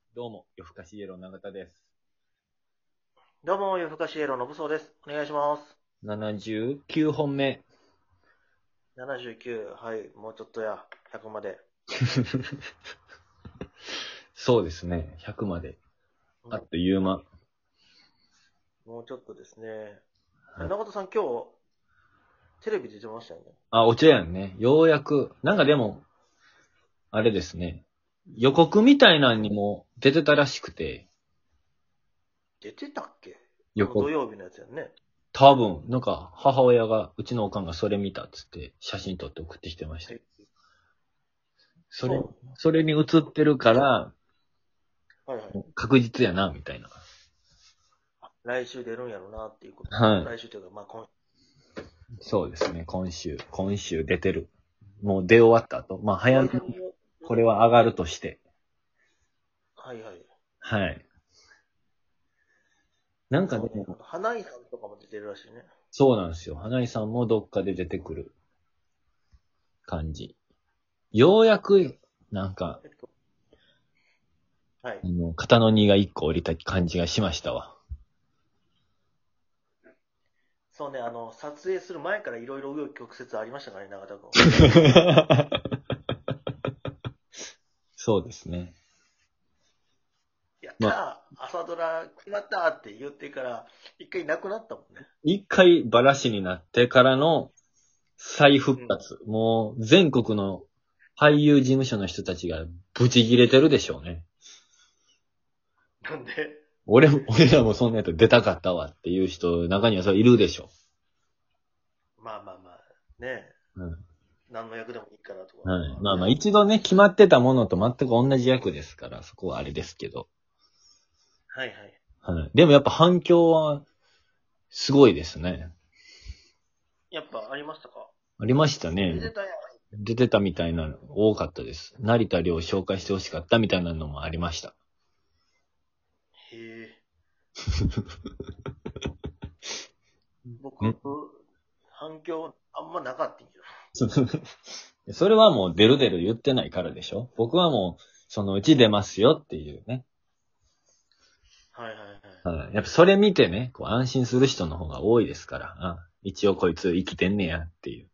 どうも、夜更かしイエロー永田です。 どうも、夜更かしイエローの武装です。お願いします。 79本目。 79、はい、もうちょっとや、100まで。 そうですね、100まで。 うん、 あっという間。 もうちょっとですね。 はい、 中田さん、今日、テレビ出てましたよね。 あ、お茶やんね。ようやく、なんかでも、あれですね。予告みたいなのにも出てたらしくて、 出てたっけ？ 予告。 土曜日のやつやんね。 多分、なんか母親が、うちのおかんがそれ見たっつって写真撮って送ってきてました。 はい。 それ、 そそれに映ってるから、 う。はいはい。 確実やな、みたいな。 来週出るんやろうなっていうことで。 はい。 来週というか、まあ、 そうですね、今週出てる。もう出終わった後。まあ早めに噂によこれは上がるとして。 はいはい。 はい。なんかそうね。 でも、 花井さんとかも出てるらしいね。 そうなんですよ。花井さんもどっかで出てくる感じ。ようやく、なんか、 えっと、はい。 肩の荷が一個降りた感じがしましたわ。 そうね、撮影する前からいろいろ紆余曲折ありましたからね、永田君。 そうですね。 やっまあ、 たー朝ドラ決まったって言ってから一回なくなったもんね。 一回バラシになってからの再復うん。 活。もう、全国の俳優事務所の人たちがブチ切れてるでしょうね。 なんで、 俺らもそんなやつ出たかったわっていう人、中にはそれいるでしょまあまあまあ、ねえ、 う。うん。 何の役でもいいからとかはい。 あるまあまあ、 でしょうけど。 一度ね、決まってたものと全く同じ役ですから、そこはあれですけど。 はいはい。 はい。でもやっぱ反響は、すごいですね。 やっぱありましたか？ ありましたね。 出てたやん。 出てたみたいなの多かったです。成田凌を紹介してほしかったみたいなのもありました。 へえ。僕、 ね。 反響あんまなかったんけど。 それはもう出る出る言ってないからでしょ。僕はもう、そのうち出ますよっていうね。 はいはいはい。 はい。やっぱそれ見てね、こう安心する人の方が多いですから、一応こいつ生きてんねやっていう。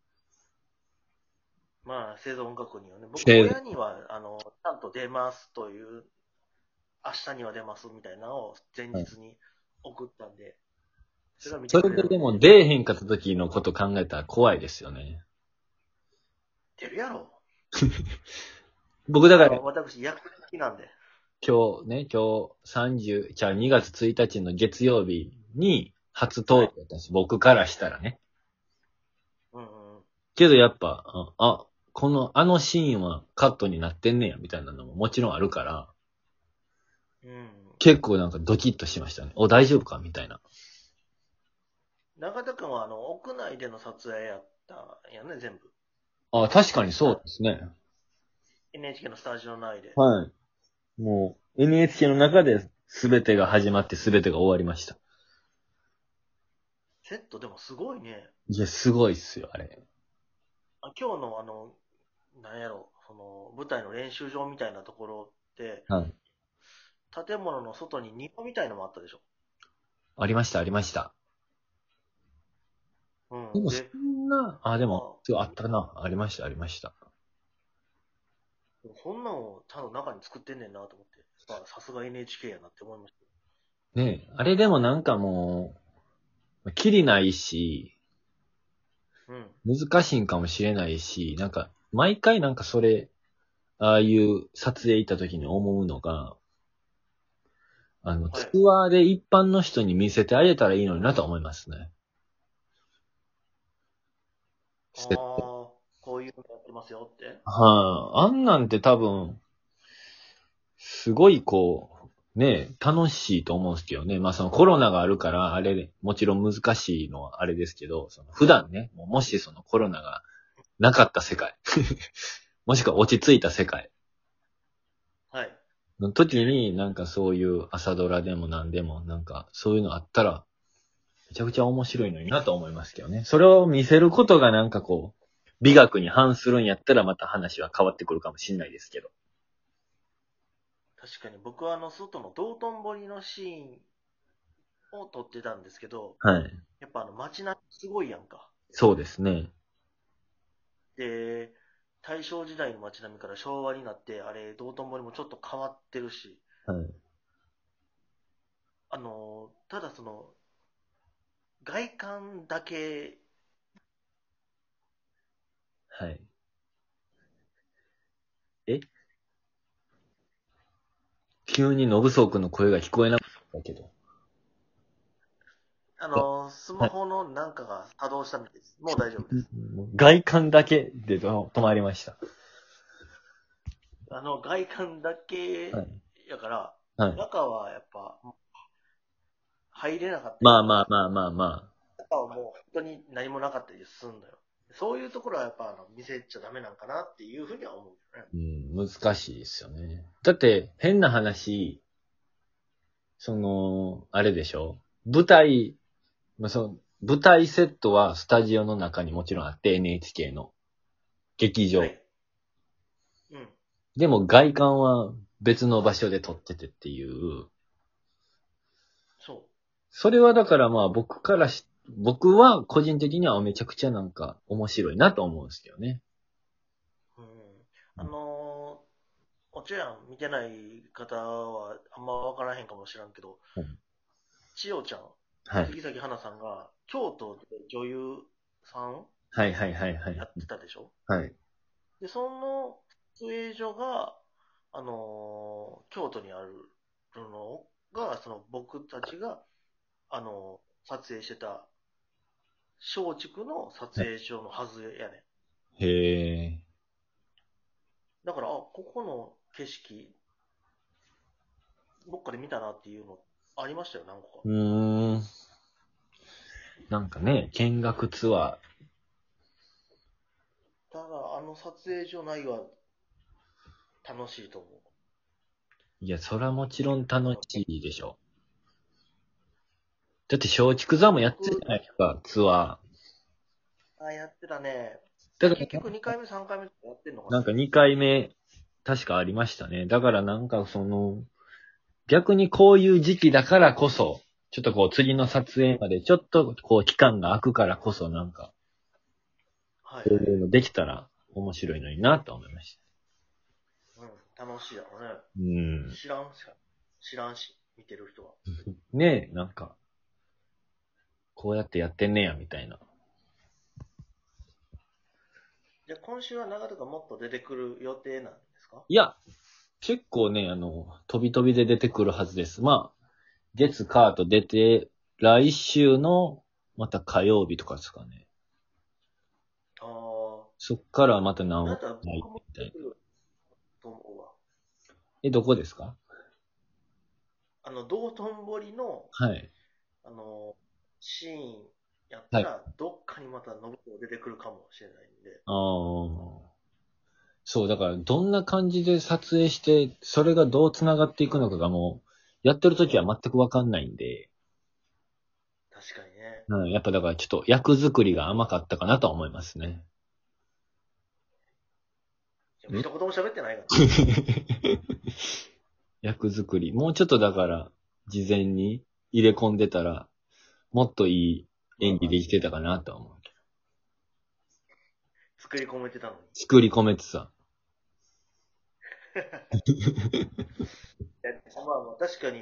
まあ、生存確認はね。僕、 で、 親には、ちゃんと出ますという、明日には出ますみたいなのを前はい、 日に送ったんで、それは見てそくれるんで、 れででも出えへんかった時のこと考えたら怖いですよね。 出るやろ。 僕だから私、役好きなんで。 今日30、じゃあ2月1日の月曜日に初はい。 登場だったんです。僕からしたらね。 うんうん。 けどやっぱ、あのシーンはカットになってんねや、みたいなのももちろんあるから、 うん。 結構なんかドキッとしましたね。大丈夫かみたいな。 中田君は屋内での撮影やったんやね、全部。 あ、確かにそうあですね。 NHK のスタジオ内で。 はい。もう、NHK の中で全てが始まって全てが終わりました。 セットでもすごいね。 いや、すごいっすよ、あれ。 今日のなんやろ、舞台の練習場みたいなところって、 はい。 建物の外に庭みたいのもあったでしょ。 ありました、ありました。 うん。 でもそで、 んな、でまも、あったな。ありました、ありました。 こんなんをちゃんと中に作ってんねんなと思って。さすが NHK やなって思いましねえ、あれでもなんかもう、きりないし、 た。うん。 難しいんかもしれないし、なんか、毎回なんかそれ、ああいう撮影行った時に思うのが、ツはい。 アーで一般の人に見せてあげたらいいのになと思いますね。 ああ、こういうのやってますよって。 はい、あんなんて多分、すごいこう、ね、楽しいと思うんですけどね。まあそのコロナがあるから、あれ、もちろん難しいのはあれですけど、その普段ね、もしそのコロナがなかった世界、もしくは落ち着いた世界はい。 の時に、なんかそういう朝ドラでも何でも、なんかそういうのあったら、めちゃくちゃ面白いのになと思いますけどね。それを見せることがなんかこう、美学に反するんやったらまた話は変わってくるかもしれないですけど。 確かに僕は外の道頓堀のシーンを撮ってたんですけど、 はい。 やっぱ街並みすごいやんか。 そうですね。 で、大正時代の街並みから昭和になって、あれ、道頓堀もちょっと変わってるし、 はい。 ただ外観だけ、 はい。え急にノブソウ君の声が聞こえなかったけど。 スマホのなんかが作動したみたいです。もう大丈夫です。 外観だけで止まりました。 外観だけはい。 やから、 はい。 中はやっぱ入れなかったりまあとか、 まあまあまあま中はもう本当に何もなかったりするんだよ。そういうところはやっぱ見せちゃダメなんかなっていうふうには思うけどね。 あ。うん、難しいですよね。だって、変な話、あれでしょ舞台、まあ、舞台セットはスタジオの中にもちろんあって、NHK の劇場。 はい。うん。 でも外観は別の場所で撮っててっていう。 そそれはだからまあ僕は個人的にはめちゃくちゃなんか面白いなと思うんですけどね。 う。うん。お茶屋見てない方はあんま分からへんかもしらんけど、 うん、 千代ちゃん、 はい。 杉咲花さんが京都で女優さんはいはいはいはい。 やってたでしょ。 はい。 で、その撮影所が、京都にあるのが、僕たちが、撮影してた松竹の撮はい。 影所のはずやねへえ。 ん。だから、ここの景色、どっかで見たなっていうのありましたよ、何個か。 うーん。なんかね、見学ツアただ、撮影所内は楽しいと思う。 ー。いや、そらもちろん楽あの、 しいでしょ。だって松竹座もやってるじ僕、 ゃないですか、ツアやってたね。 ー。だか結局ら、 2回目、3回目とかやってんのかな。 なんか2回目、確かありましたね。だからなんか逆にこういう時期だからこそ、ちょっとこう次の撮影までちょっとこう期間が空くからこそなんか、 はいはいはい。 こういうのできたら面白いのになと思いましうん、楽しいやろね。 た。うん。 知らんし、見てる人は。 ねえ、なんか、こうやってやってんねや、みたいな。 じゃあ今週は長とかもっと出てくる予定なんですか？ いや、結構ね、飛び飛びで出てくるはずです。まあ、月、火と出て、来週の、また火曜日とかですかね。 あそっからまたあ、 何話だったらない僕もみたいな。 出てくると思うわ。 どこですか？ 道頓堀の、 はい。 あの、シーンやっはい。 たら、どっかにまた信子出てくるかもしれないんで。 ああ。そう、だから、どんな感じで撮影して、それがどう繋がっていくのかがもう、やってる時は全くわかんないんで、 確かにね。 うん、やっぱだからちょっと役作りが甘かったかなとは思いますね。 でも一言も喋ってないから。 役作り。もうちょっとだから、事前に入れ込んでたら、もっといいまあまあ、 演技できてたかなとは思う。 作り込めてたのに。 作り込めてた。 まあまあ、確かに、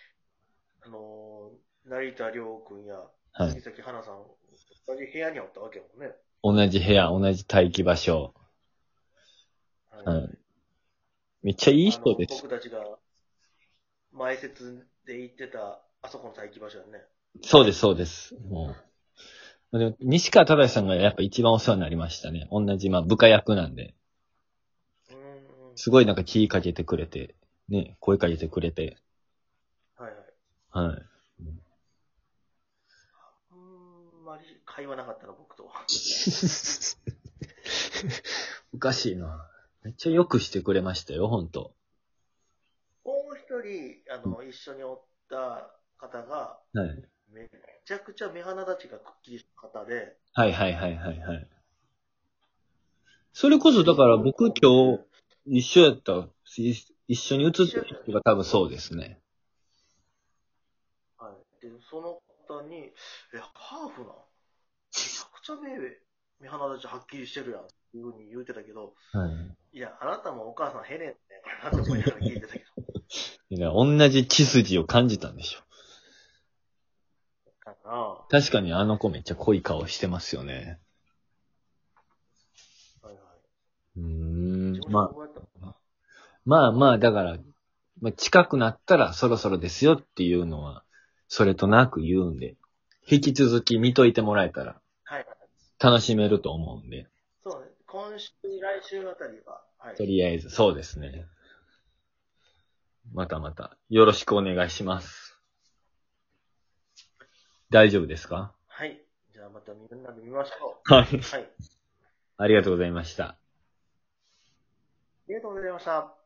成田凌君や杉はい。 咲花さん、同じ部屋におったわけやもんね。 同じ部屋、同じ待機場所。 はいはい。 はい。めっちゃいい人です。 僕たちが前説で行ってた、あそこの待機場所やね。 そうです、そうです。もう。でも西川忠さんがやっぱ一番お世話になりましたね。同じ、まあ部下役なんで。 うーん。 すごいなんか気かけてくれて、ね、声かけてくれて。 はいはい。 はい。 あんまり会話なかったな、僕と。 おかしいな。めっちゃよくしてくれましたよ、ほんと。 もう一人、一緒におった方が、 はい。 めちゃくちゃ目鼻立ちがくっきりした方で、 はいはいはいはいはい。それこそだからすごい僕混んで今日る。 一緒やった、一一緒に写ってる人が多分そうですね。 はい。で、その方に、ハーフな、めちゃくちゃ目鼻立ちはっきりしてるやん、っていうふうに言うてたけど、 はいや、あなたもお母さんヘレンね、かなと思いながら聞いてたけど。 いや。同じ血筋を感じたんでしょ。 かな確かにあの子めっちゃ濃い顔してますよね。 はいはい。 まあ、 事務所どこやったのまあまあ、だから、まあ、近くなったらそろそろですよっていうのは、それとなく言うんで、引き続き見といてもらえたらはい。 楽しめると思うんで、 そうね。今週、来週あたりは、はい。 とりあえず、そうですね。またまた、よろしくお願いします。大丈夫ですか？ はい。じゃあまたみんなで見ましょはい。 う。はい。 ありがとうございました。 ありがとうございました。